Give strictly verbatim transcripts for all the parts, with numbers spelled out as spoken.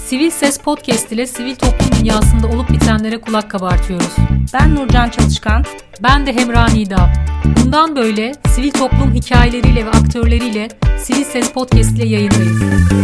Sivil Ses Podcast ile sivil toplum dünyasında olup bitenlere kulak kabartıyoruz. Ben Nurcan Çalışkan. Ben de Hemra Nida. Bundan böyle sivil toplum hikayeleriyle ve aktörleriyle Sivil Ses Podcast ile yayındayız.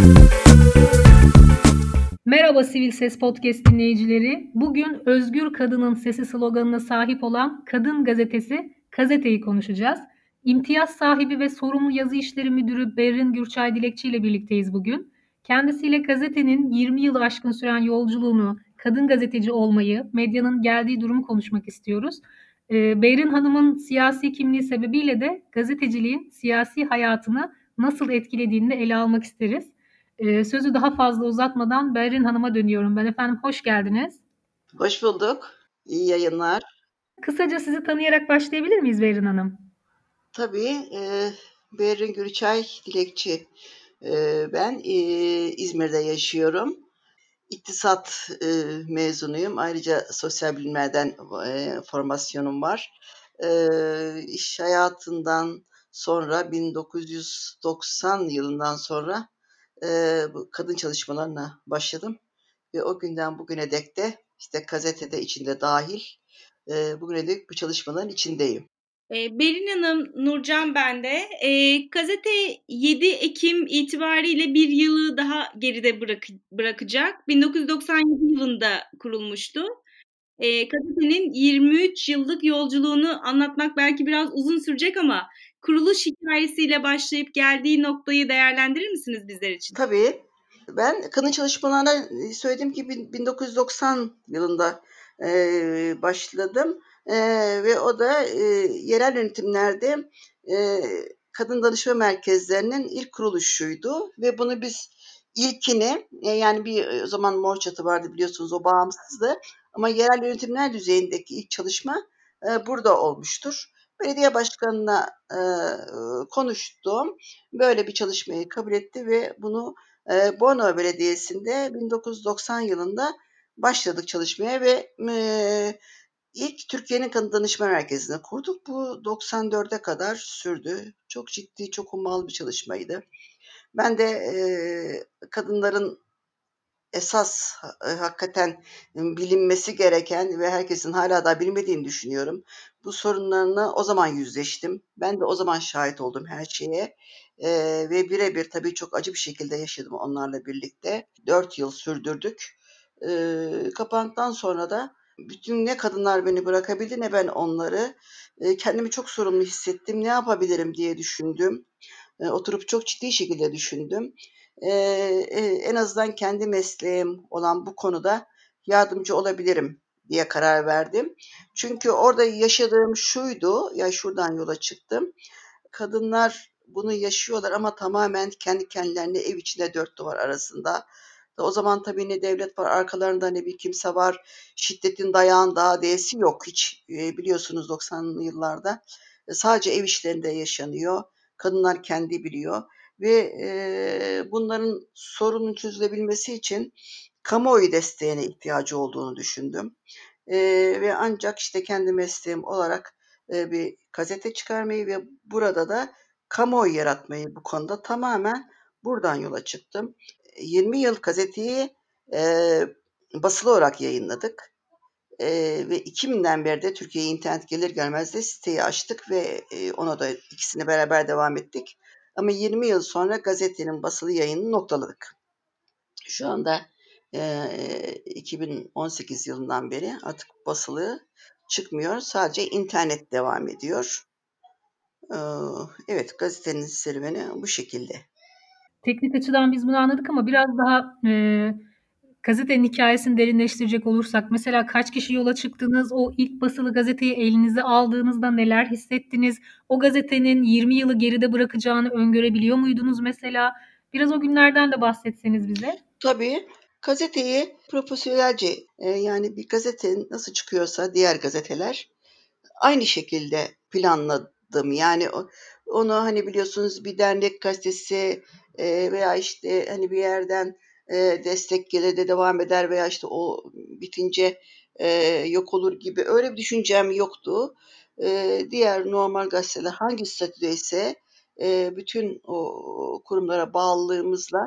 Merhaba Sivil Ses Podcast dinleyicileri. Bugün Özgür Kadının Sesi sloganına sahip olan Kadın Gazetesi Kazete'yi konuşacağız. İmtiyaz sahibi ve sorumlu yazı işleri müdürü Berrin Gürçay Dilekçi ile birlikteyiz bugün. Kendisiyle gazetenin yirmi yılı aşkın süren yolculuğunu, kadın gazeteci olmayı, medyanın geldiği durumu konuşmak istiyoruz. Ee, Berrin Hanım'ın siyasi kimliği sebebiyle de gazeteciliğin siyasi hayatını nasıl etkilediğini de ele almak isteriz. Ee, sözü daha fazla uzatmadan Berrin Hanım'a dönüyorum. Ben efendim hoş geldiniz. Hoş bulduk. İyi yayınlar. Kısaca sizi tanıyarak başlayabilir miyiz Berrin Hanım? Tabii. E, Berrin Gürçay Dilekçi. E, ben e, İzmir'de yaşıyorum. İktisat e, mezunuyum. Ayrıca sosyal bilimlerden e, formasyonum var. E, iş hayatından sonra bin dokuz yüz doksan yılından sonra e, bu kadın çalışmalarına başladım. Ve o günden bugüne dek de işte gazetede içinde dahil e, bugüne dek bu çalışmaların içindeyim. E, Berrin Hanım, Nurcan ben de. E, gazete yedi Ekim itibariyle bir yılı daha geride bırak, bırakacak. bin dokuz yüz doksan yedi yılında kurulmuştu. E, gazetenin yirmi üç yıllık yolculuğunu anlatmak belki biraz uzun sürecek ama kuruluş hikayesiyle başlayıp geldiği noktayı değerlendirir misiniz bizler için? Tabii. Ben kadın çalışmalarına söylediğim gibi bin dokuz yüz doksan yılında e, başladım e, ve o da e, yerel yönetimlerde e, kadın danışma merkezlerinin ilk kuruluşuydu ve bunu biz ilkini e, yani bir o zaman Mor Çatı vardı biliyorsunuz, o bağımsızdı ama yerel yönetimler düzeyindeki ilk çalışma e, burada olmuştur. Belediye başkanına e, konuştum. Böyle bir çalışmayı kabul etti ve bunu e, Bornova Belediyesi'nde bin dokuz yüz doksan yılında başladık çalışmaya ve e, ilk Türkiye'nin Kadın Danışma Merkezi'ni kurduk. Bu doksan dörde kadar sürdü. Çok ciddi, çok ummalı bir çalışmaydı. Ben de e, kadınların esas e, hakikaten bilinmesi gereken ve herkesin hala da bilmediğini düşünüyorum. Bu sorunlarına o zaman yüzleştim. Ben de o zaman şahit oldum her şeye. E, ve birebir tabii çok acı bir şekilde yaşadım onlarla birlikte. Dört yıl sürdürdük. E, kapandıktan sonra da bütün ne kadınlar beni bırakabildi ne ben onları. E, kendimi çok sorumlu hissettim. Ne yapabilirim diye düşündüm. E, oturup çok ciddi şekilde düşündüm. E, e, en azından kendi mesleğim olan bu konuda yardımcı olabilirim diye karar verdim. Çünkü orada yaşadığım şuydu, ya şuradan yola çıktım. Kadınlar bunu yaşıyorlar ama tamamen kendi kendilerine ev içinde dört duvar arasında. O zaman tabii ne devlet var arkalarında ne bir kimse var. Şiddetin dayağın daha değesi yok hiç. E, biliyorsunuz doksanlı yıllarda e, sadece ev işlerinde yaşanıyor. Kadınlar kendi biliyor ve e, bunların sorunun çözülebilmesi için kamuoyu desteğine ihtiyacı olduğunu düşündüm. E, ve ancak işte kendi mesleğim olarak e, bir gazete çıkarmayı ve burada da kamuoyu yaratmayı bu konuda tamamen buradan yola çıktım. yirmi yıl gazeteyi e, basılı olarak yayınladık. E, ve iki binden beri de Türkiye'ye internet gelir gelmez de siteyi açtık ve e, ona da ikisini beraber devam ettik. Ama yirmi yıl sonra gazetenin basılı yayınını noktaladık. Şu anda e, iki bin on sekiz yılından beri artık basılı çıkmıyor. Sadece internet devam ediyor. E, evet, gazetenin serüveni bu şekilde. Teknik açıdan biz bunu anladık ama biraz daha e, gazetenin hikayesini derinleştirecek olursak mesela kaç kişi yola çıktınız? O ilk basılı gazeteyi elinize aldığınızda neler hissettiniz? O gazetenin yirmi yılı geride bırakacağını öngörebiliyor muydunuz mesela? Biraz o günlerden de bahsetseniz bize. Tabii. Gazeteyi profesyonelce e, yani bir gazete nasıl çıkıyorsa diğer gazeteler aynı şekilde planladım. Yani o, onu hani biliyorsunuz bir dernek gazetesi e, veya işte hani bir yerden e, destek gelir de devam eder veya işte o bitince e, yok olur gibi öyle bir düşüncem yoktu. E, diğer normal gazeteler hangi statüdeyse e, bütün o kurumlara bağlılığımızla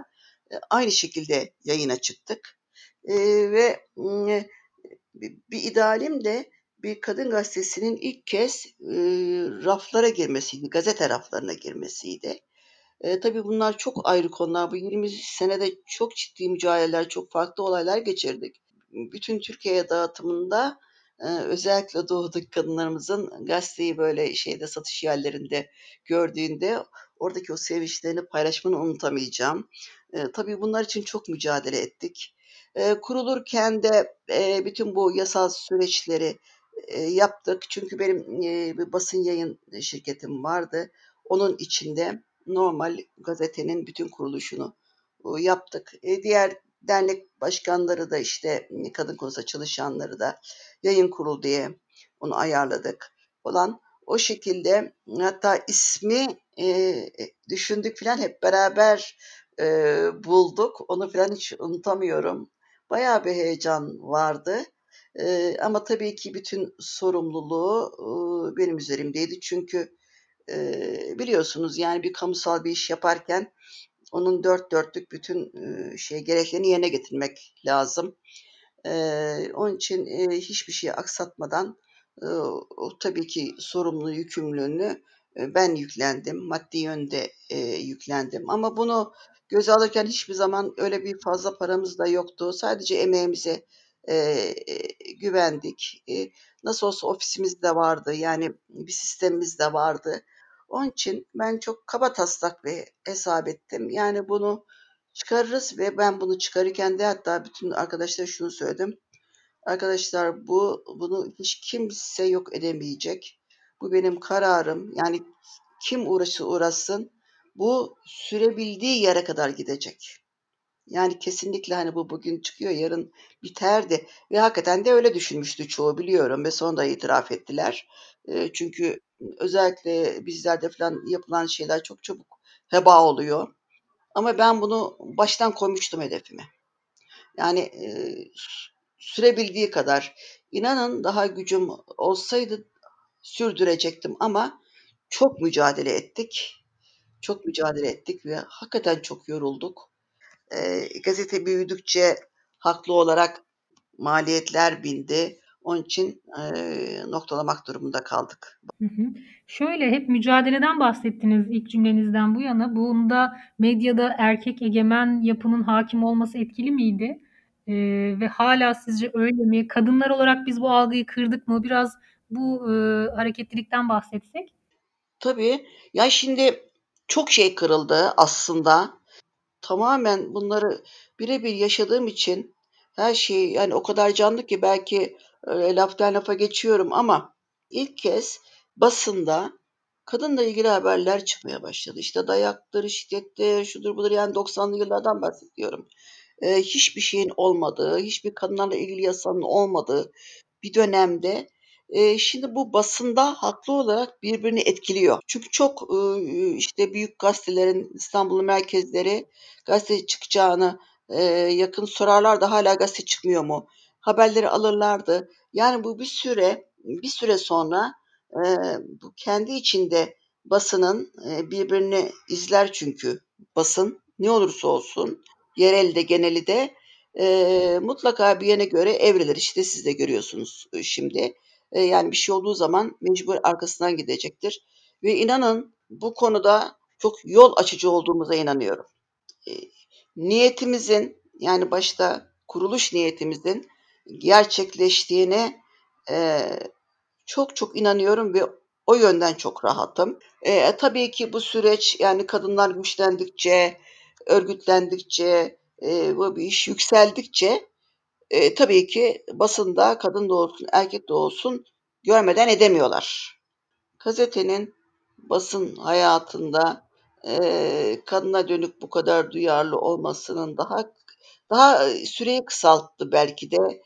aynı şekilde yayına çıktık. E, ve e, bir, bir idealim de bir kadın gazetesinin ilk kez e, raflara girmesiydi, gazete raflarına girmesiydi. E, tabii bunlar çok ayrı konular. Bu yirmi senede çok ciddi mücadeleler, çok farklı olaylar geçirdik. Bütün Türkiye'ye dağıtımında e, özellikle doğudaki kadınlarımızın gazeteyi böyle şeyde satış yerlerinde gördüğünde oradaki o sevinçlerini paylaşmanı unutamayacağım. E, tabii bunlar için çok mücadele ettik. E, kurulurken de e, bütün bu yasal süreçleri e, yaptık. Çünkü benim e, bir basın yayın şirketim vardı. Onun içinde normal gazetenin bütün kuruluşunu e, yaptık. E, diğer dernek başkanları da işte kadın konusunda çalışanları da yayın kurulu diye onu ayarladık falan. O şekilde hatta ismi e, düşündük falan hep beraber e, bulduk. Onu falan hiç unutamıyorum. Bayağı bir heyecan vardı. E, ama tabii ki bütün sorumluluğu e, benim üzerimdeydi. Çünkü e, biliyorsunuz yani bir kamusal bir iş yaparken onun dört dörtlük bütün e, şey gereklerini yerine getirmek lazım. Eee, onun için, eee, hiçbir şeyi aksatmadan, ııı, o tabii ki sorumluluğu, yükümlülüğünü, eee, ben yüklendim. Maddi yönde, eee, yüklendim ama bunu göze alırken hiçbir zaman öyle bir fazla paramız da yoktu. Sadece emeğimize, eee, güvendik. Eee, nasıl olsa ofisimiz de vardı, yani bir sistemimiz de vardı. Onun için ben çok kabataslak bir hesap ettim. Yani bunu çıkarırız ve ben bunu çıkarırken de hatta bütün arkadaşlara şunu söyledim. Arkadaşlar bu bunu hiç kimse yok edemeyecek. Bu benim kararım. Yani kim uğraşır uğraşsın bu sürebildiği yere kadar gidecek. Yani kesinlikle hani bu bugün çıkıyor yarın biterdi ve hakikaten de öyle düşünmüştü çoğu biliyorum ve sonra da itiraf ettiler. Eee, çünkü özellikle bizlerde falan yapılan şeyler çok çabuk heba oluyor. Ama ben bunu baştan koymuştum hedefime. Yani e, sürebildiği kadar. İnanın daha gücüm olsaydı sürdürecektim ama çok mücadele ettik. Çok mücadele ettik ve hakikaten çok yorulduk. E, gazete büyüdükçe haklı olarak maliyetler bindi. Onun için e, noktalamak durumunda kaldık. Hı hı. Şöyle hep mücadeleden bahsettiniz ilk cümlenizden bu yana. Bunda medyada erkek egemen yapının hakim olması etkili miydi? Ee, ve hala sizce öyle mi? Kadınlar olarak biz bu algıyı kırdık mı? Biraz bu e, hareketlilikten bahsetsek. Tabii ya şimdi çok şey kırıldı aslında. Tamamen bunları birebir yaşadığım için her şey yani o kadar canlı ki belki e, laftan lafa geçiyorum ama ilk kez basında kadınla ilgili haberler çıkmaya başladı. İşte dayaktır, şiddettir, şudur budur yani doksanlı yıllardan bahsediyorum. E, hiçbir şeyin olmadığı, hiçbir kadınlarla ilgili yasanın olmadığı bir dönemde e, şimdi bu basında haklı olarak birbirini etkiliyor. Çünkü çok e, işte büyük gazetelerin İstanbul'un merkezleri gazete çıkacağını e, yakın sorarlardı hala gazete çıkmıyor mu? Haberleri alırlardı. Yani bu bir süre bir süre sonra e, bu kendi içinde basının e, birbirini izler çünkü basın ne olursa olsun yereli de geneli de e, mutlaka bir yere göre evrilir. İşte siz de görüyorsunuz e, şimdi. E, yani bir şey olduğu zaman mecbur arkasından gidecektir. Ve inanın bu konuda çok yol açıcı olduğumuza inanıyorum. E, niyetimizin yani başta kuruluş niyetimizin gerçekleştiğine e, çok çok inanıyorum ve o yönden çok rahatım. E, tabii ki bu süreç yani kadınlar güçlendikçe, örgütlendikçe, e, bu bir iş yükseldikçe e, tabii ki basında kadın da olsun erkek de olsun görmeden edemiyorlar. Gazetenin basın hayatında e, kadına dönük bu kadar duyarlı olmasının daha daha süreyi kısalttı belki de.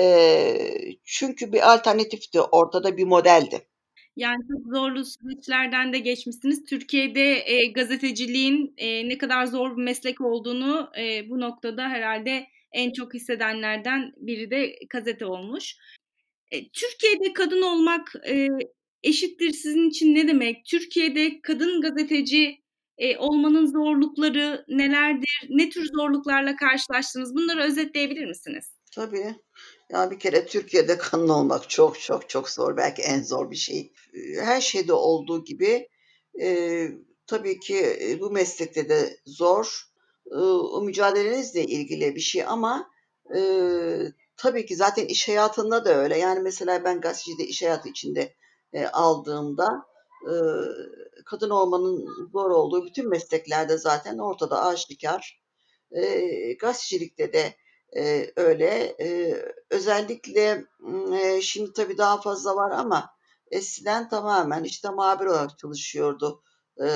E, çünkü bir alternatifti, ortada bir modeldi. Yani çok zorlu süreçlerden de geçmişsiniz. Türkiye'de e, gazeteciliğin e, ne kadar zor bir meslek olduğunu e, bu noktada herhalde en çok hissedenlerden biri de gazete olmuş. E, Türkiye'de kadın olmak e, eşittir sizin için ne demek? Türkiye'de kadın gazeteci Eee, olmanın zorlukları nelerdir? Ne tür zorluklarla karşılaştınız? Bunları özetleyebilir misiniz? Tabii. Ya bir kere Türkiye'de kadın olmak çok çok çok zor. Belki en zor bir şey. Her şeyde olduğu gibi e, tabii ki e, bu meslekte de zor. E, o mücadelenizle ilgili bir şey ama e, tabii ki zaten iş hayatında da öyle. Yani mesela ben gazetecide iş hayatı içinde e, aldığımda e, kadın olmanın zor olduğu bütün mesleklerde zaten ortada aşikar. E, gazetecilikte de e, öyle. E, özellikle e, şimdi tabii daha fazla var ama eskiden tamamen işte muhabir olarak çalışıyordu e,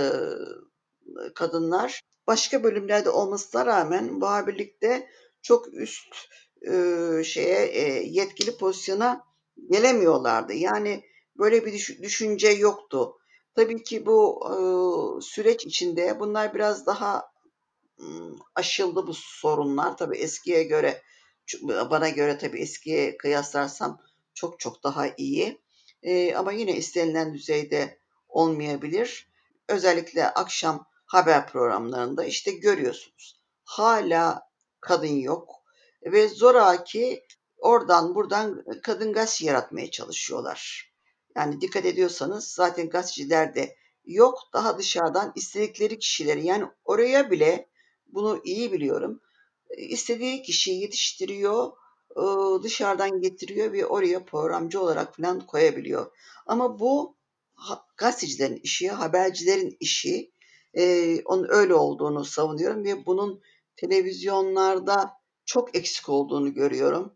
kadınlar. Başka bölümlerde olmasına rağmen muhabirlikte çok üst e, şeye e, yetkili pozisyona gelemiyorlardı. Yani böyle bir düş- düşünce yoktu. Tabii ki bu e, süreç içinde bunlar biraz daha aşıldı bu sorunlar. Tabii eskiye göre, bana göre tabii eskiye kıyaslarsam çok çok daha iyi. Ee, ama yine istenilen düzeyde olmayabilir. Özellikle akşam haber programlarında işte görüyorsunuz. Hala kadın yok ve zoraki oradan buradan kadın gazeteci yaratmaya çalışıyorlar. Yani dikkat ediyorsanız zaten gazeteciler de yok. Daha dışarıdan istedikleri kişileri yani oraya bile bunu iyi biliyorum. İstediği kişiyi yetiştiriyor, dışarıdan getiriyor ve oraya programcı olarak falan koyabiliyor. Ama bu gazetecilerin işi, habercilerin işi. Onun öyle olduğunu savunuyorum ve bunun televizyonlarda çok eksik olduğunu görüyorum.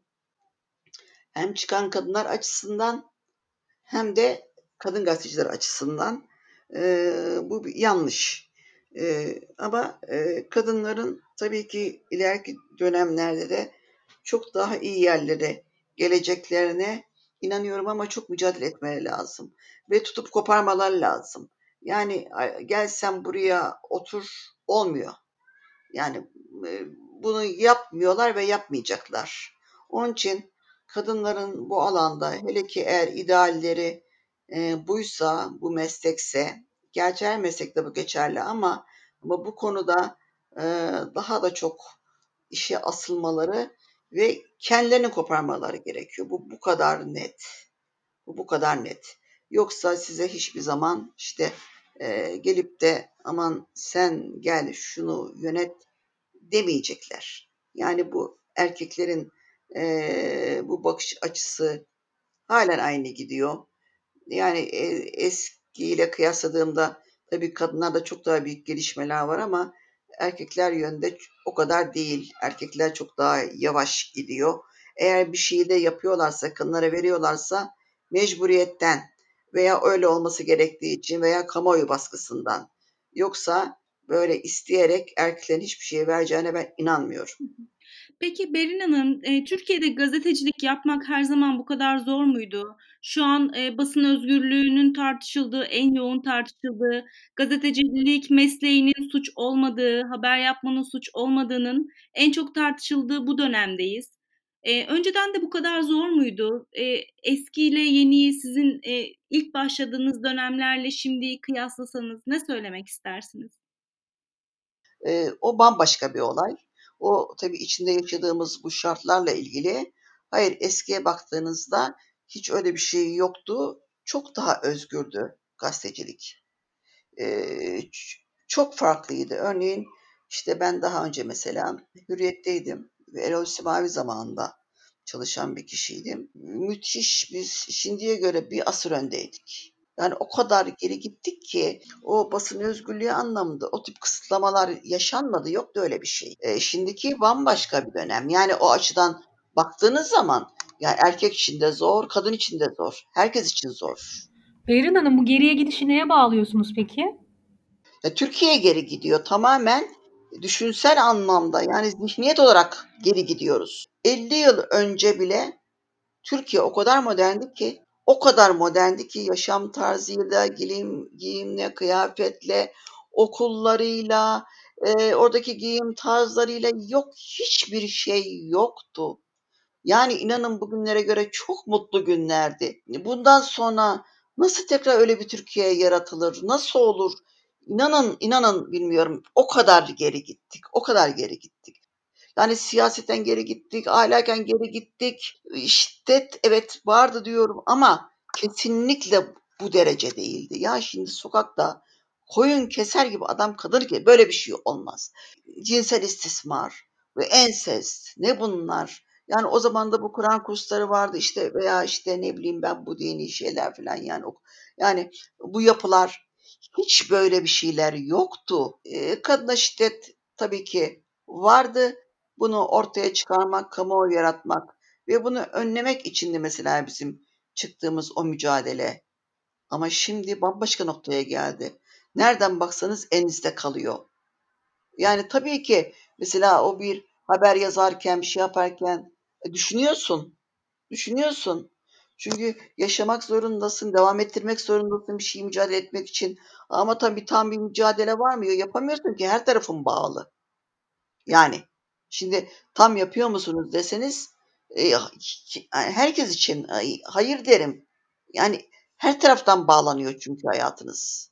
Hem çıkan kadınlar açısından hem de kadın gazeteciler açısından e, bu bir yanlış. E, ama e, kadınların tabii ki ileriki dönemlerde de çok daha iyi yerlere geleceklerine inanıyorum ama çok mücadele etmeleri lazım. Ve tutup koparmaları lazım. Yani gel sen buraya otur olmuyor. Yani e, bunu yapmıyorlar ve yapmayacaklar. Onun için kadınların bu alanda hele ki eğer idealleri e, buysa, bu meslekse, gerçi her meslekte bu geçerli ama ama bu konuda e, daha da çok işe asılmaları ve kendilerini koparmaları gerekiyor. Bu bu kadar net. Bu bu kadar net. Yoksa size hiçbir zaman işte e, gelip de aman sen gel şunu yönet demeyecekler. Yani bu erkeklerin eee, bu bakış açısı halen aynı gidiyor. Yani e, eskiyle kıyasladığımda tabii kadınlarda çok daha büyük gelişmeler var ama erkekler yönde o kadar değil. Erkekler çok daha yavaş gidiyor. Eğer bir şeyi de yapıyorlarsa, kadınlara veriyorlarsa mecburiyetten veya öyle olması gerektiği için veya kamuoyu baskısından. Yoksa böyle isteyerek erkeklerin hiçbir şeye vereceğine ben inanmıyorum. Peki Berin Hanım, eee, Türkiye'de gazetecilik yapmak her zaman bu kadar zor muydu? Şu an eee, basın özgürlüğünün tartışıldığı, en yoğun tartışıldığı, gazetecilik mesleğinin suç olmadığı, haber yapmanın suç olmadığının en çok tartışıldığı bu dönemdeyiz. Eee, önceden de bu kadar zor muydu? Eee, eskiyle yeniyi sizin eee, ilk başladığınız dönemlerle şimdiyi kıyaslasanız ne söylemek istersiniz? Eee, o bambaşka bir olay. O tabii içinde yaşadığımız bu şartlarla ilgili. Hayır, eskiye baktığınızda hiç öyle bir şey yoktu. Çok daha özgürdü gazetecilik. Eee, ç- çok farklıydı. Örneğin işte ben daha önce mesela Hürriyet'teydim ve Erol Simavi zamanında çalışan bir kişiydim. Müthiş, biz şimdiye göre bir asır öndeydik. Yani o kadar geri gittik ki o basın özgürlüğü anlamında o tip kısıtlamalar yaşanmadı. Yoktu öyle bir şey. E, şimdiki bambaşka bir dönem. Yani o açıdan baktığınız zaman yani erkek için de zor, kadın için de zor. Herkes için zor. Berin Hanım, bu geriye gidişi neye bağlıyorsunuz peki? Ya Türkiye geri gidiyor. Tamamen düşünsel anlamda yani zihniyet olarak geri gidiyoruz. elli yıl önce bile Türkiye o kadar moderndi ki, o kadar moderndi ki yaşam tarzıyla, giyim, giyimle, kıyafetle, okullarıyla, e, oradaki giyim tarzlarıyla yok hiçbir şey yoktu. Yani inanın bugünlere göre çok mutlu günlerdi. Bundan sonra nasıl tekrar öyle bir Türkiye yaratılır? Nasıl olur? İnanın, inanın bilmiyorum. O kadar geri gittik. O kadar geri gittik. Yani siyaseten geri gittik, ahlaken geri gittik. Şiddet evet vardı diyorum ama kesinlikle bu derece değildi. Ya şimdi sokakta koyun keser gibi adam kadın ki böyle bir şey olmaz. Cinsel istismar ve ensest ne bunlar? Yani o zaman da bu Kur'an kursları vardı işte veya işte ne bileyim ben bu dini şeyler falan yani yani bu yapılar hiç böyle bir şeyler yoktu. Ee, kadına şiddet tabii ki vardı. Bunu ortaya çıkarmak, kamuoyu yaratmak ve bunu önlemek için de mesela bizim çıktığımız o mücadele. Ama şimdi bambaşka noktaya geldi. Nereden baksanız elinizde kalıyor. Yani tabii ki mesela o bir haber yazarken, bir şey yaparken e, düşünüyorsun, düşünüyorsun. Çünkü yaşamak zorundasın, devam ettirmek zorundasın bir şeyi mücadele etmek için. Ama tabii tam bir mücadele var mı? Yapamıyorsun ki her tarafın bağlı. Yani şimdi tam yapıyor musunuz deseniz e, herkes için hayır derim. Yani her taraftan bağlanıyor çünkü hayatınız.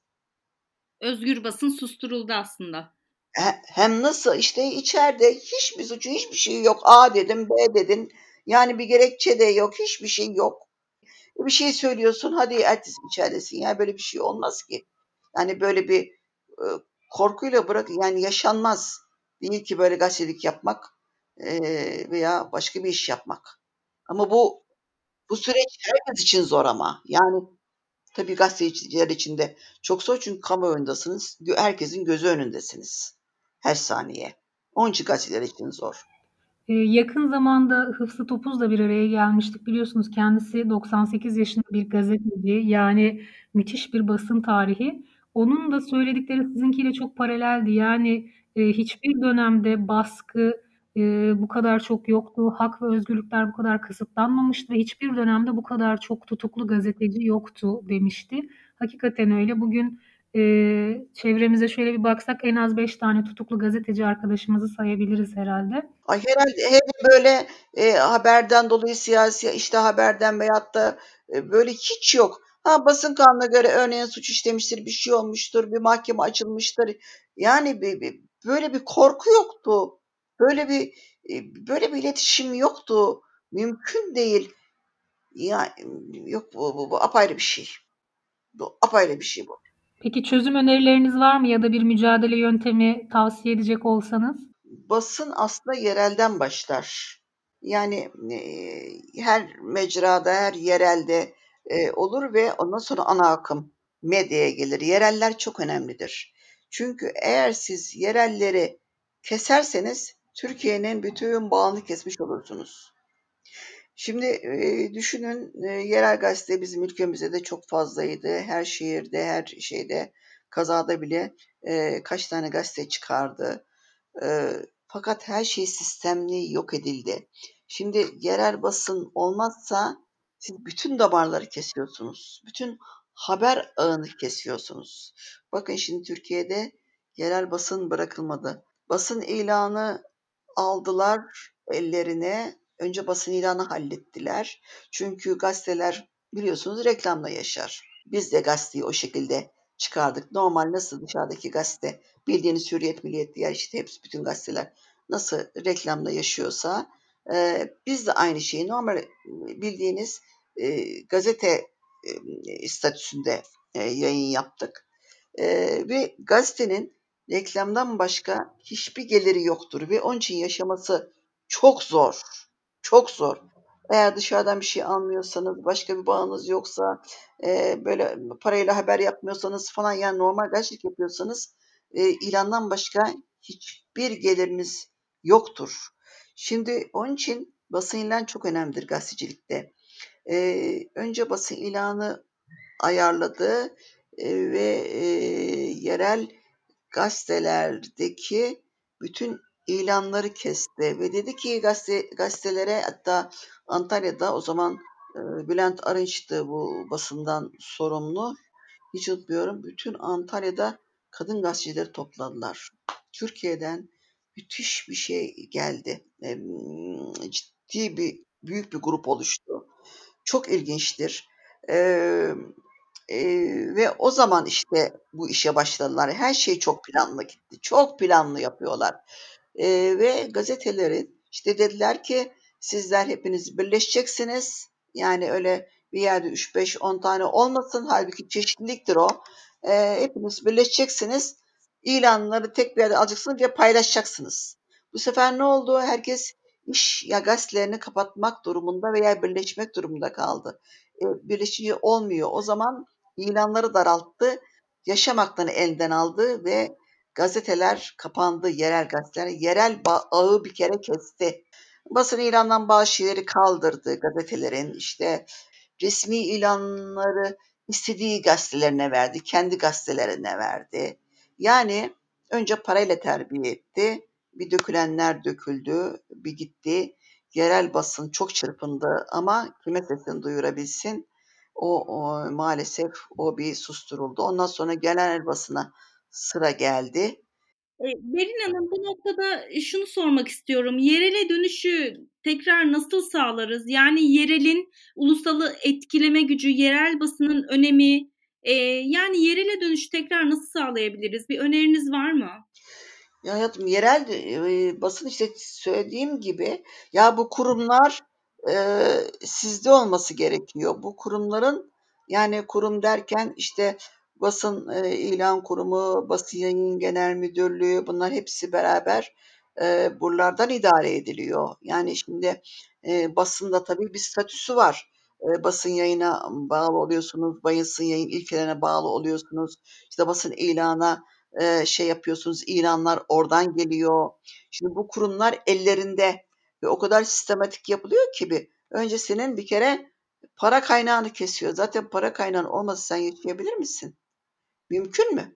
Özgür basın susturuldu aslında. Hem nasıl işte içeride hiçbir suçu hiçbir şey yok. A dedim B dedin. Yani bir gerekçe de yok. Hiçbir şey yok. Bir şey söylüyorsun hadi ertesi içeridesin. Yani böyle bir şey olmaz ki. Yani böyle bir e, korkuyla bırak yani yaşanmaz. Değil ki böyle gazetecilik yapmak e, veya başka bir iş yapmak. Ama bu bu süreç herkes için zor ama. Yani tabii gazeteciler için de çok zor çünkü kamuoyundasınız. Herkesin gözü önündesiniz. Her saniye. Onun için gazeteciler için zor. Ee, yakın zamanda Hıfzı Topuz'la bir araya gelmiştik. Biliyorsunuz kendisi doksan sekiz yaşında bir gazeteci. Yani müthiş bir basın tarihi. Onun da söyledikleri sizinkiyle çok paraleldi. Yani e, hiçbir dönemde baskı e, bu kadar çok yoktu. Hak ve özgürlükler bu kadar kısıtlanmamıştı ve hiçbir dönemde bu kadar çok tutuklu gazeteci yoktu demişti. Hakikaten öyle. Bugün e, çevremize şöyle bir baksak en az beş tane tutuklu gazeteci arkadaşımızı sayabiliriz herhalde. Ay herhalde hep böyle e, haberden dolayı siyasi işte haberden veyahut da e, böyle hiç yok. Ha basın kanuna göre örneğin suç işlemiştir, bir şey olmuştur, bir mahkeme açılmıştır. Yani bir, bir- böyle bir korku yoktu. Böyle bir e, böyle bir iletişim yoktu. Mümkün değil. Ya yok bu, bu, bu apayrı bir şey. Bu apayrı bir şey bu. Peki çözüm önerileriniz var mı ya da bir mücadele yöntemi tavsiye edecek olsanız? Basın aslında yerelden başlar. Yani eee, her mecrada, her yerelde eee, olur ve ondan sonra ana akım medyaya gelir. Yereller çok önemlidir. Çünkü eğer siz yerelleri keserseniz Türkiye'nin bütün bağını kesmiş olursunuz. Şimdi eee, düşünün eee, yerel gazete bizim ülkemizde de çok fazlaydı. Her şehirde, her şeyde, kazada bile eee, kaç tane gazete çıkardı. Eee, fakat her şey sistemli yok edildi. Şimdi yerel basın olmazsa siz bütün damarları kesiyorsunuz. Bütün haber ağını kesiyorsunuz. Bakın şimdi Türkiye'de yerel basın bırakılmadı. Basın ilanı aldılar ellerine. Önce basın ilanı hallettiler. Çünkü gazeteler biliyorsunuz reklamla yaşar. Biz de gazeteyi o şekilde çıkardık. Normal nasıl dışarıdaki gazete bildiğiniz Hürriyet, Milliyet diğer işte hepsi bütün gazeteler nasıl reklamla yaşıyorsa e, biz de aynı şeyi normal bildiğiniz e, gazete e, statüsünde e, yayın yaptık. E, ve gazetenin reklamdan başka hiçbir geliri yoktur ve onun için yaşaması çok zor. Çok zor. Eğer dışarıdan bir şey almıyorsanız, başka bir bağınız yoksa, e, böyle parayla haber yapmıyorsanız falan yani normal gazetecilik yapıyorsanız e, ilandan başka hiçbir geliriniz yoktur. Şimdi onun için basın ilan çok önemlidir gazetecilikte. E, önce basın ilanı ayarladı e, ve e, yerel gazetelerdeki bütün ilanları kesti ve dedi ki gazete, gazetelere hatta Antalya'da o zaman e, Bülent Arınç'tı bu basından sorumlu. Hiç unutmuyorum. Bütün Antalya'da kadın gazetecileri topladılar. Türkiye'den müthiş bir şey geldi. E, ciddi bir büyük bir grup oluştu. Çok ilginçtir. E, Eee, ve o zaman işte bu işe başladılar. Her şey çok planlı gitti. Çok planlı yapıyorlar. Eee, ve gazetelerin işte dediler ki sizler hepiniz birleşeceksiniz. Yani öyle bir yerde üç beş on tane olmasın. Halbuki çeşitliliktir o. Eee, hepiniz birleşeceksiniz. İlanları tek bir yerde alacaksınız ve paylaşacaksınız. Bu sefer ne oldu? Herkes iş ya gazetelerini kapatmak durumunda veya birleşmek durumunda kaldı. E, birleşince olmuyor. O zaman ilanları daralttı. Yaşam haklarını elden aldı ve gazeteler kapandı, yerel gazeteler. Yerel ba- ağı bir kere kesti. Basın ilandan bazı şeyleri kaldırdı gazetelerin. İşte resmi ilanları istediği gazetelerine verdi, kendi gazetelerine verdi. Yani önce parayla terbiye etti. Bir dökülenler döküldü, bir gitti. Yerel basın çok çırpındı ama kime sesini duyurabilsin? O, o maalesef o bir susturuldu. Ondan sonra genel basına sıra geldi. E, Berin Hanım, bu noktada e, şunu sormak istiyorum. Yerele dönüşü tekrar nasıl sağlarız? Yani yerelin ulusalı etkileme gücü, yerel basının önemi, e, yani yerele dönüşü tekrar nasıl sağlayabiliriz? Bir öneriniz var mı? Ya hayatım yerel e, basın işte söylediğim gibi ya bu kurumlar e, sizde olması gerekiyor. Bu kurumların yani kurum derken işte basın e, ilan kurumu, basın yayın genel müdürlüğü bunlar hepsi beraber e, buralardan idare ediliyor. Yani şimdi e, basında tabii bir statüsü var. E, basın yayına bağlı oluyorsunuz, basın yayın ilkelerine bağlı oluyorsunuz. İşte basın ilana e, şey yapıyorsunuz, ilanlar oradan geliyor. Şimdi bu kurumlar ellerinde ve o kadar sistematik yapılıyor ki bir. Önce senin bir kere para kaynağını kesiyor. Zaten para kaynağın olmasa sen yaşayabilir misin? Mümkün mü?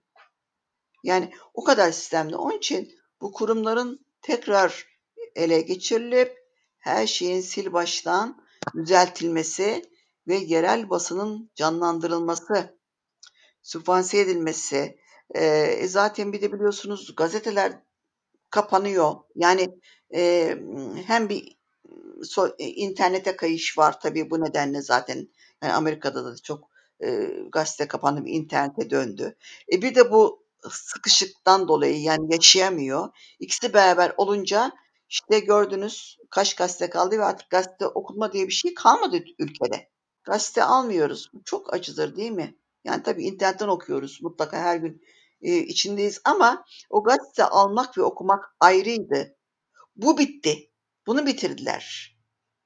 Yani o kadar sistemli. Onun için bu kurumların tekrar ele geçirilip her şeyin sil baştan düzeltilmesi ve yerel basının canlandırılması, sübvanse edilmesi. Ee, zaten bir de biliyorsunuz gazeteler kapanıyor. Yani e, hem bir so, internete kayış var tabii bu nedenle zaten yani Amerika'da da çok e, gazete kapandı, internete döndü. E bir de bu sıkışıktan dolayı yani yaşayamıyor. İkisi beraber olunca işte gördünüz kaç gazete kaldı ve artık gazete okuma diye bir şey kalmadı ülkede. Gazete almıyoruz. Bu çok acıdır değil mi? Yani tabii internetten okuyoruz mutlaka her gün e, içindeyiz ama o gazete almak ve okumak ayrıydı. Bu bitti. Bunu bitirdiler.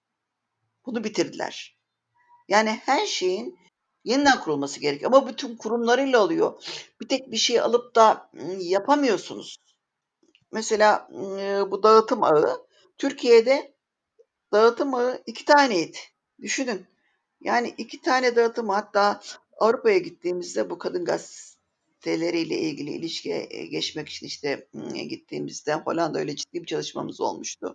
Bunu bitirdiler. Yani her şeyin yeniden kurulması gerekiyor. Ama bütün kurumlarıyla oluyor. Bir tek bir şey alıp da ıı, yapamıyorsunuz. Mesela ıı, bu dağıtım ağı Türkiye'de dağıtım ağı iki taneydi. Düşünün. Yani iki tane dağıtım hatta Avrupa'ya gittiğimizde bu kadın gazeteleriyle ilgili ilişkiye e, geçmek için işte ıı, gittiğimizde Hollanda öyle ciddi bir çalışmamız olmuştu.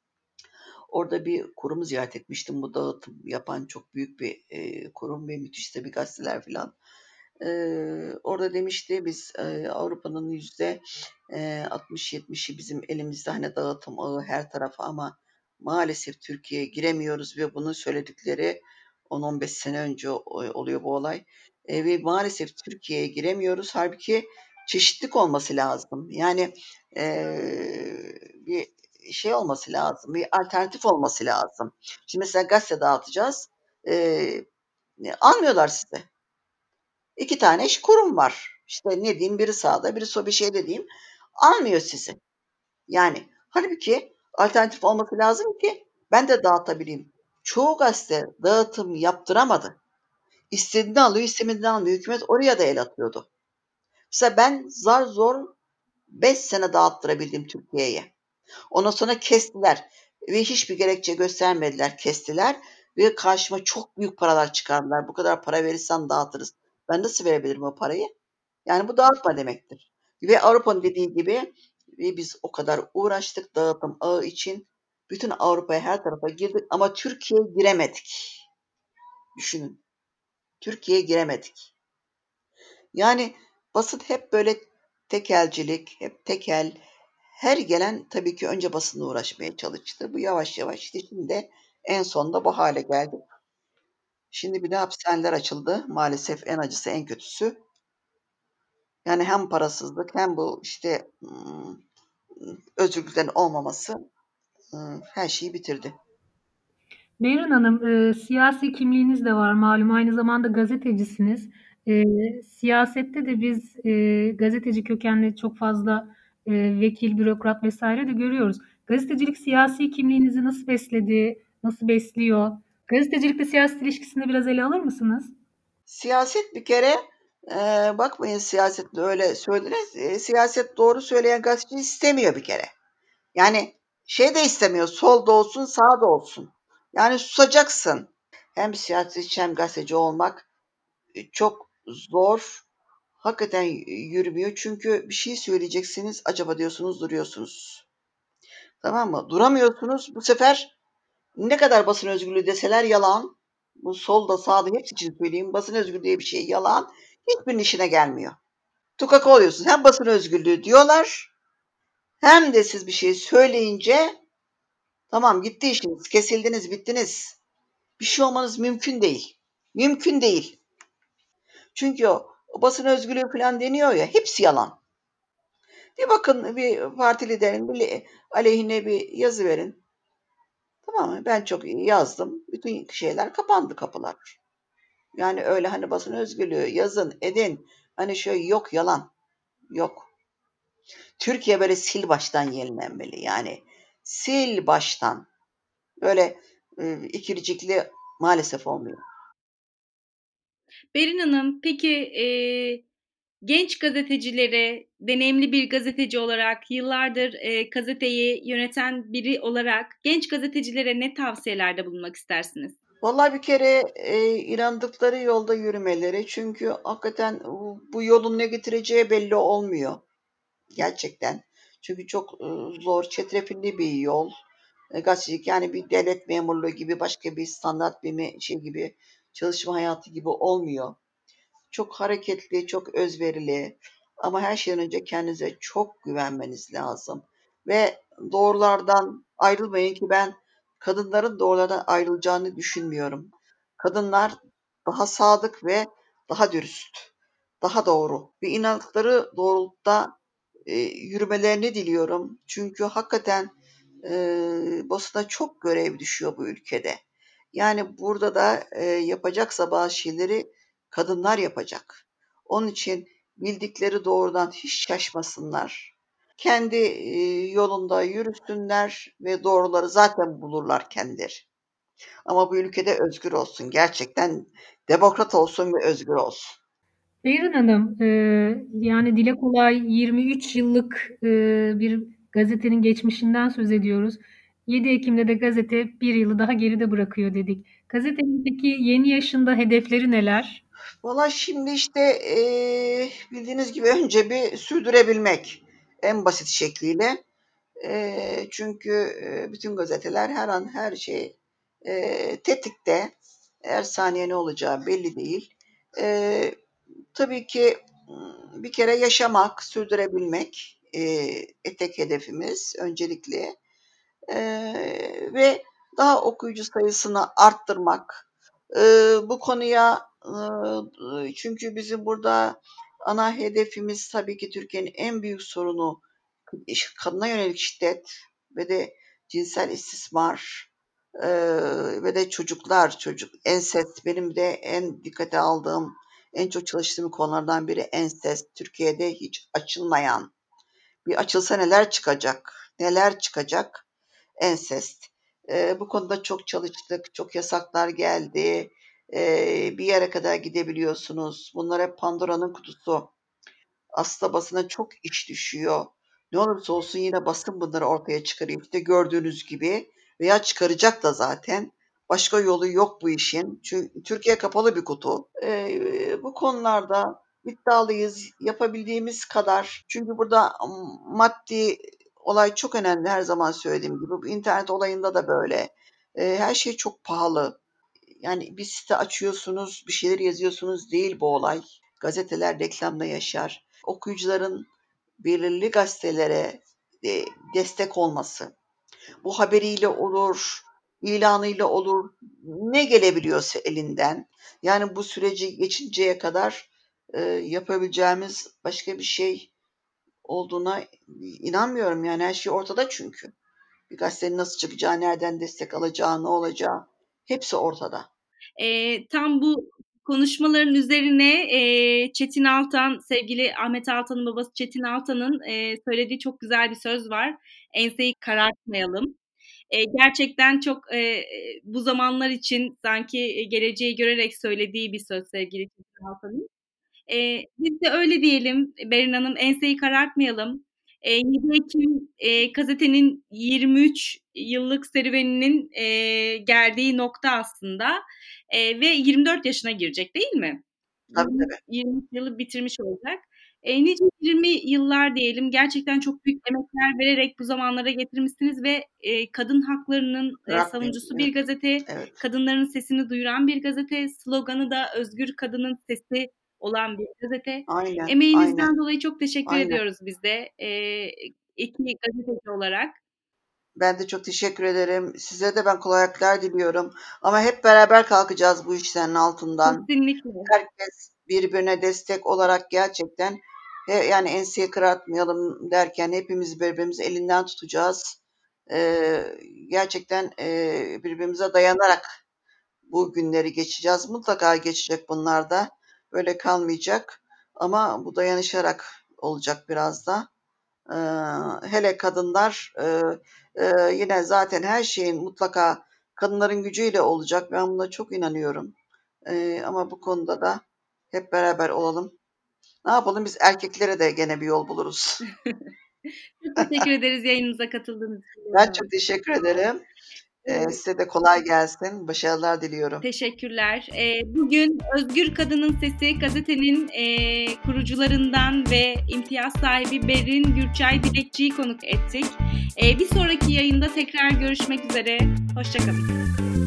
Orada bir kurumu ziyaret etmiştim. Bu dağıtım yapan çok büyük bir e, kurum ve müthiş de bir gazeteler filan. Ee, orada demişti biz e, Avrupa'nın yüzde e, altmış yetmişi bizim elimizde hani dağıtım ağı her tarafa ama maalesef Türkiye'ye giremiyoruz ve bunu söyledikleri on on beş sene önce oluyor bu olay. E, ve maalesef Türkiye'ye giremiyoruz. Halbuki çeşitlilik olması lazım. Yani e, bir şey olması lazım, bir alternatif olması lazım. Şimdi mesela gazete dağıtacağız. E, almıyorlar size. İki tane iş kurum var. İşte ne diyeyim biri sağda biri sol bir şey de diyeyim. Almıyor sizi. Yani halbuki alternatif olması lazım ki ben de dağıtabileyim. Çoğu gazete dağıtım yaptıramadı. İstediğini alıyor, istemediğini almıyor. Hükümet oraya da el atıyordu. Mesela ben zar zor beş sene dağıttırabildim Türkiye'ye. Ondan sonra kestiler ve hiçbir gerekçe göstermediler, kestiler ve karşıma çok büyük paralar çıkardılar. Bu kadar para verirsen dağıtırız. Ben nasıl verebilirim o parayı? Yani bu dağıtma demektir. Ve Avrupa'nın dediği gibi ve biz o kadar uğraştık dağıtım ağı için. Bütün Avrupa'ya her tarafa girdik ama Türkiye'ye giremedik. Düşünün. Türkiye'ye giremedik. Yani basın hep böyle tekelcilik, hep tekel. Her gelen tabii ki önce basınla uğraşmaya çalıştı. Bu yavaş yavaş işte şimdi en sonunda bu hale geldi. Şimdi bir de hapishaneler açıldı. Maalesef en acısı, en kötüsü. Yani hem parasızlık hem bu işte ımm, özgürlüklerin olmaması, ııı, her şeyi bitirdi. Beyran Hanım, eee, siyasi kimliğiniz de var malum. Aynı zamanda gazetecisiniz. Eee, siyasette de biz eee, gazeteci kökenli çok fazla eee, vekil, bürokrat vesaire de görüyoruz. Gazetecilik siyasi kimliğinizi nasıl besledi, nasıl besliyor? Gazetecilikle siyaset ilişkisini biraz ele alır mısınız? Siyaset bir kere, eee, bakmayın siyasetle öyle söylediniz, eee, siyaset doğru söyleyen gazeteci istemiyor bir kere. Yani şey de istemiyor, solda olsun, sağda olsun. Yani susacaksın. Hem siyasetçi hem gazeteci olmak e, çok zor. Hakikaten yürümüyor. Çünkü bir şey söyleyeceksiniz, acaba diyorsunuz, duruyorsunuz. Tamam mı? Duramıyorsunuz. Bu sefer ne kadar basın özgürlüğü deseler yalan. Bu solda sağda hepsi için söyleyeyim. Basın özgürlüğü diye bir şey yalan. Hiçbirinin işine gelmiyor. Tukaka oluyorsunuz. Hem basın özgürlüğü diyorlar hem de siz bir şey söyleyince tamam gitti işiniz. Kesildiniz, bittiniz. Bir şey olmanız mümkün değil. Mümkün değil. Çünkü o, o basın özgürlüğü falan deniyor ya hepsi yalan. Bir bakın bir parti liderinin bir aleyhine bir yazı verin. Tamam mı? Ben çok iyi yazdım. Bütün şeyler kapandı kapılar. Yani öyle hani basın özgürlüğü yazın edin. Hani şöyle yok yalan. Yok. Türkiye böyle sil baştan yenilenmeli. Yani sil baştan. Böyle e, ikircikli maalesef olmuyor. Berin Hanım, peki eee, genç gazetecilere, deneyimli bir gazeteci olarak, yıllardır eee, gazeteyi yöneten biri olarak genç gazetecilere ne tavsiyelerde bulunmak istersiniz? Vallahi bir kere e, inandıkları yolda yürümeleri. Çünkü hakikaten bu, bu yolun ne getireceği belli olmuyor. Gerçekten. Çünkü çok e, zor, çetrefilli bir yol. E, gazetecilik yani bir devlet memurluğu gibi başka bir standart bir me- şey gibi çalışma hayatı gibi olmuyor. Çok hareketli, çok özverili ama her şeyden önce kendinize çok güvenmeniz lazım. Ve doğrulardan ayrılmayın ki ben kadınların doğrulardan ayrılacağını düşünmüyorum. Kadınlar daha sadık ve daha dürüst, daha doğru ve inandıkları doğrultuda e, yürümelerini diliyorum. Çünkü hakikaten e, basına çok görev düşüyor bu ülkede. Yani burada da e, yapacaksa bazı şeyleri kadınlar yapacak. Onun için bildikleri doğrudan hiç şaşmasınlar. Kendi e, yolunda yürüsünler ve doğruları zaten bulurlar kendileri. Ama bu ülkede özgür olsun. Gerçekten demokrat olsun ve özgür olsun. Beyran Hanım, eee, yani dile kolay yirmi üç yıllık eee, bir gazetenin geçmişinden söz ediyoruz. yedi Ekim'de de gazete bir yılı daha geride bırakıyor dedik. Gazetenin peki yeni yaşında hedefleri neler? Valla şimdi işte eee, bildiğiniz gibi önce bir sürdürebilmek en basit şekliyle. Eee, çünkü eee, bütün gazeteler her an her şey eee, tetikte. Her saniye ne olacağı belli değil. Eee, tabii ki ım, bir kere yaşamak, sürdürebilmek eee tek hedefimiz öncelikle. Eee, ve daha okuyucu sayısını arttırmak. Eee, bu konuya eee, çünkü bizim burada ana hedefimiz tabii ki Türkiye'nin en büyük sorunu kadına yönelik şiddet ve de cinsel istismar eee, ve de çocuklar, çocuk ensest benim de en dikkate aldığım, en çok çalıştığım konulardan biri ensest. Türkiye'de hiç açılmayan. Bir açılsa neler çıkacak? Neler çıkacak? Ensest. Eee, bu konuda çok çalıştık. Çok yasaklar geldi. Eee, bir yere kadar gidebiliyorsunuz. Bunlar hep Pandora'nın kutusu. Aslında basına çok iş düşüyor. Ne olursa olsun yine basın bunları ortaya çıkarıyor. İşte gördüğünüz gibi veya çıkaracak da zaten. Başka yolu yok bu işin. Çünkü Türkiye kapalı bir kutu. Eee, bu konularda iddialıyız. Yapabildiğimiz kadar. Çünkü burada maddi olay çok önemli her zaman söylediğim gibi. Bu internet olayında da böyle. Eee, her şey çok pahalı. Yani bir site açıyorsunuz, bir şeyler yazıyorsunuz değil bu olay. Gazeteler reklamla yaşar. Okuyucuların belirli gazetelere e, destek olması. Bu haberiyle olur, ilanıyla olur, ne gelebiliyorsa elinden. Yani bu süreci geçinceye kadar e, yapabileceğimiz başka bir şey olduğuna inanmıyorum. Yani her şey ortada çünkü. Bir gazetenin nasıl çıkacağı, nereden destek alacağı, ne olacağı hepsi ortada. E, tam bu konuşmaların üzerine e, Çetin Altan, sevgili Ahmet Altan'ın babası Çetin Altan'ın e, söylediği çok güzel bir söz var. Enseyi karartmayalım. E, gerçekten çok e, bu zamanlar için sanki geleceği görerek söylediği bir söz sevgili Çetin Altan'ın. E, biz de öyle diyelim Berin Hanım, enseyi karartmayalım. E, yedi Ekim e, gazetenin yirmi üç yıllık serüveninin e, geldiği nokta aslında e, ve yirmi dört yaşına girecek değil mi? Tabii tabii. yirmi üç yılı bitirmiş olacak. E, nice yirmi yıllar diyelim. Gerçekten çok büyük emekler vererek bu zamanlara getirmişsiniz ve e, kadın haklarının e, savunucusu bir gazete, evet. Kadınların sesini duyuran bir gazete, sloganı da özgür kadının sesi olan bir gazete. Aynen, Emeğinizden aynen. dolayı çok teşekkür Aynen. ediyoruz biz de e, iki gazeteci olarak. Ben de çok teşekkür ederim. Size de ben kolaylıklar diliyorum. Ama hep beraber kalkacağız bu işlerin altından. Kesinlikle. Herkes birbirine destek olarak gerçekten yani enseyi kırartmayalım derken hepimiz birbirimizi elinden tutacağız. Ee, gerçekten e, birbirimize dayanarak bu günleri geçeceğiz. Mutlaka geçecek bunlar da. Böyle kalmayacak. Ama bu dayanışarak olacak biraz da. Ee, hele kadınlar e, e, yine zaten her şeyin mutlaka kadınların gücüyle olacak. Ben buna çok inanıyorum. Ee, ama bu konuda da hep beraber olalım. Ne yapalım? Biz erkeklere de gene bir yol buluruz. Çok teşekkür ederiz yayınımıza katıldığınız için. Ben çok teşekkür ederim. Ee, size de kolay gelsin. Başarılar diliyorum. Teşekkürler. Ee, bugün Özgür Kadının Sesi gazetenin e, kurucularından ve imtiyaz sahibi Berin Gürçay Dilekçi'yi konuk ettik. E, bir sonraki yayında tekrar görüşmek üzere. Hoşça kalın.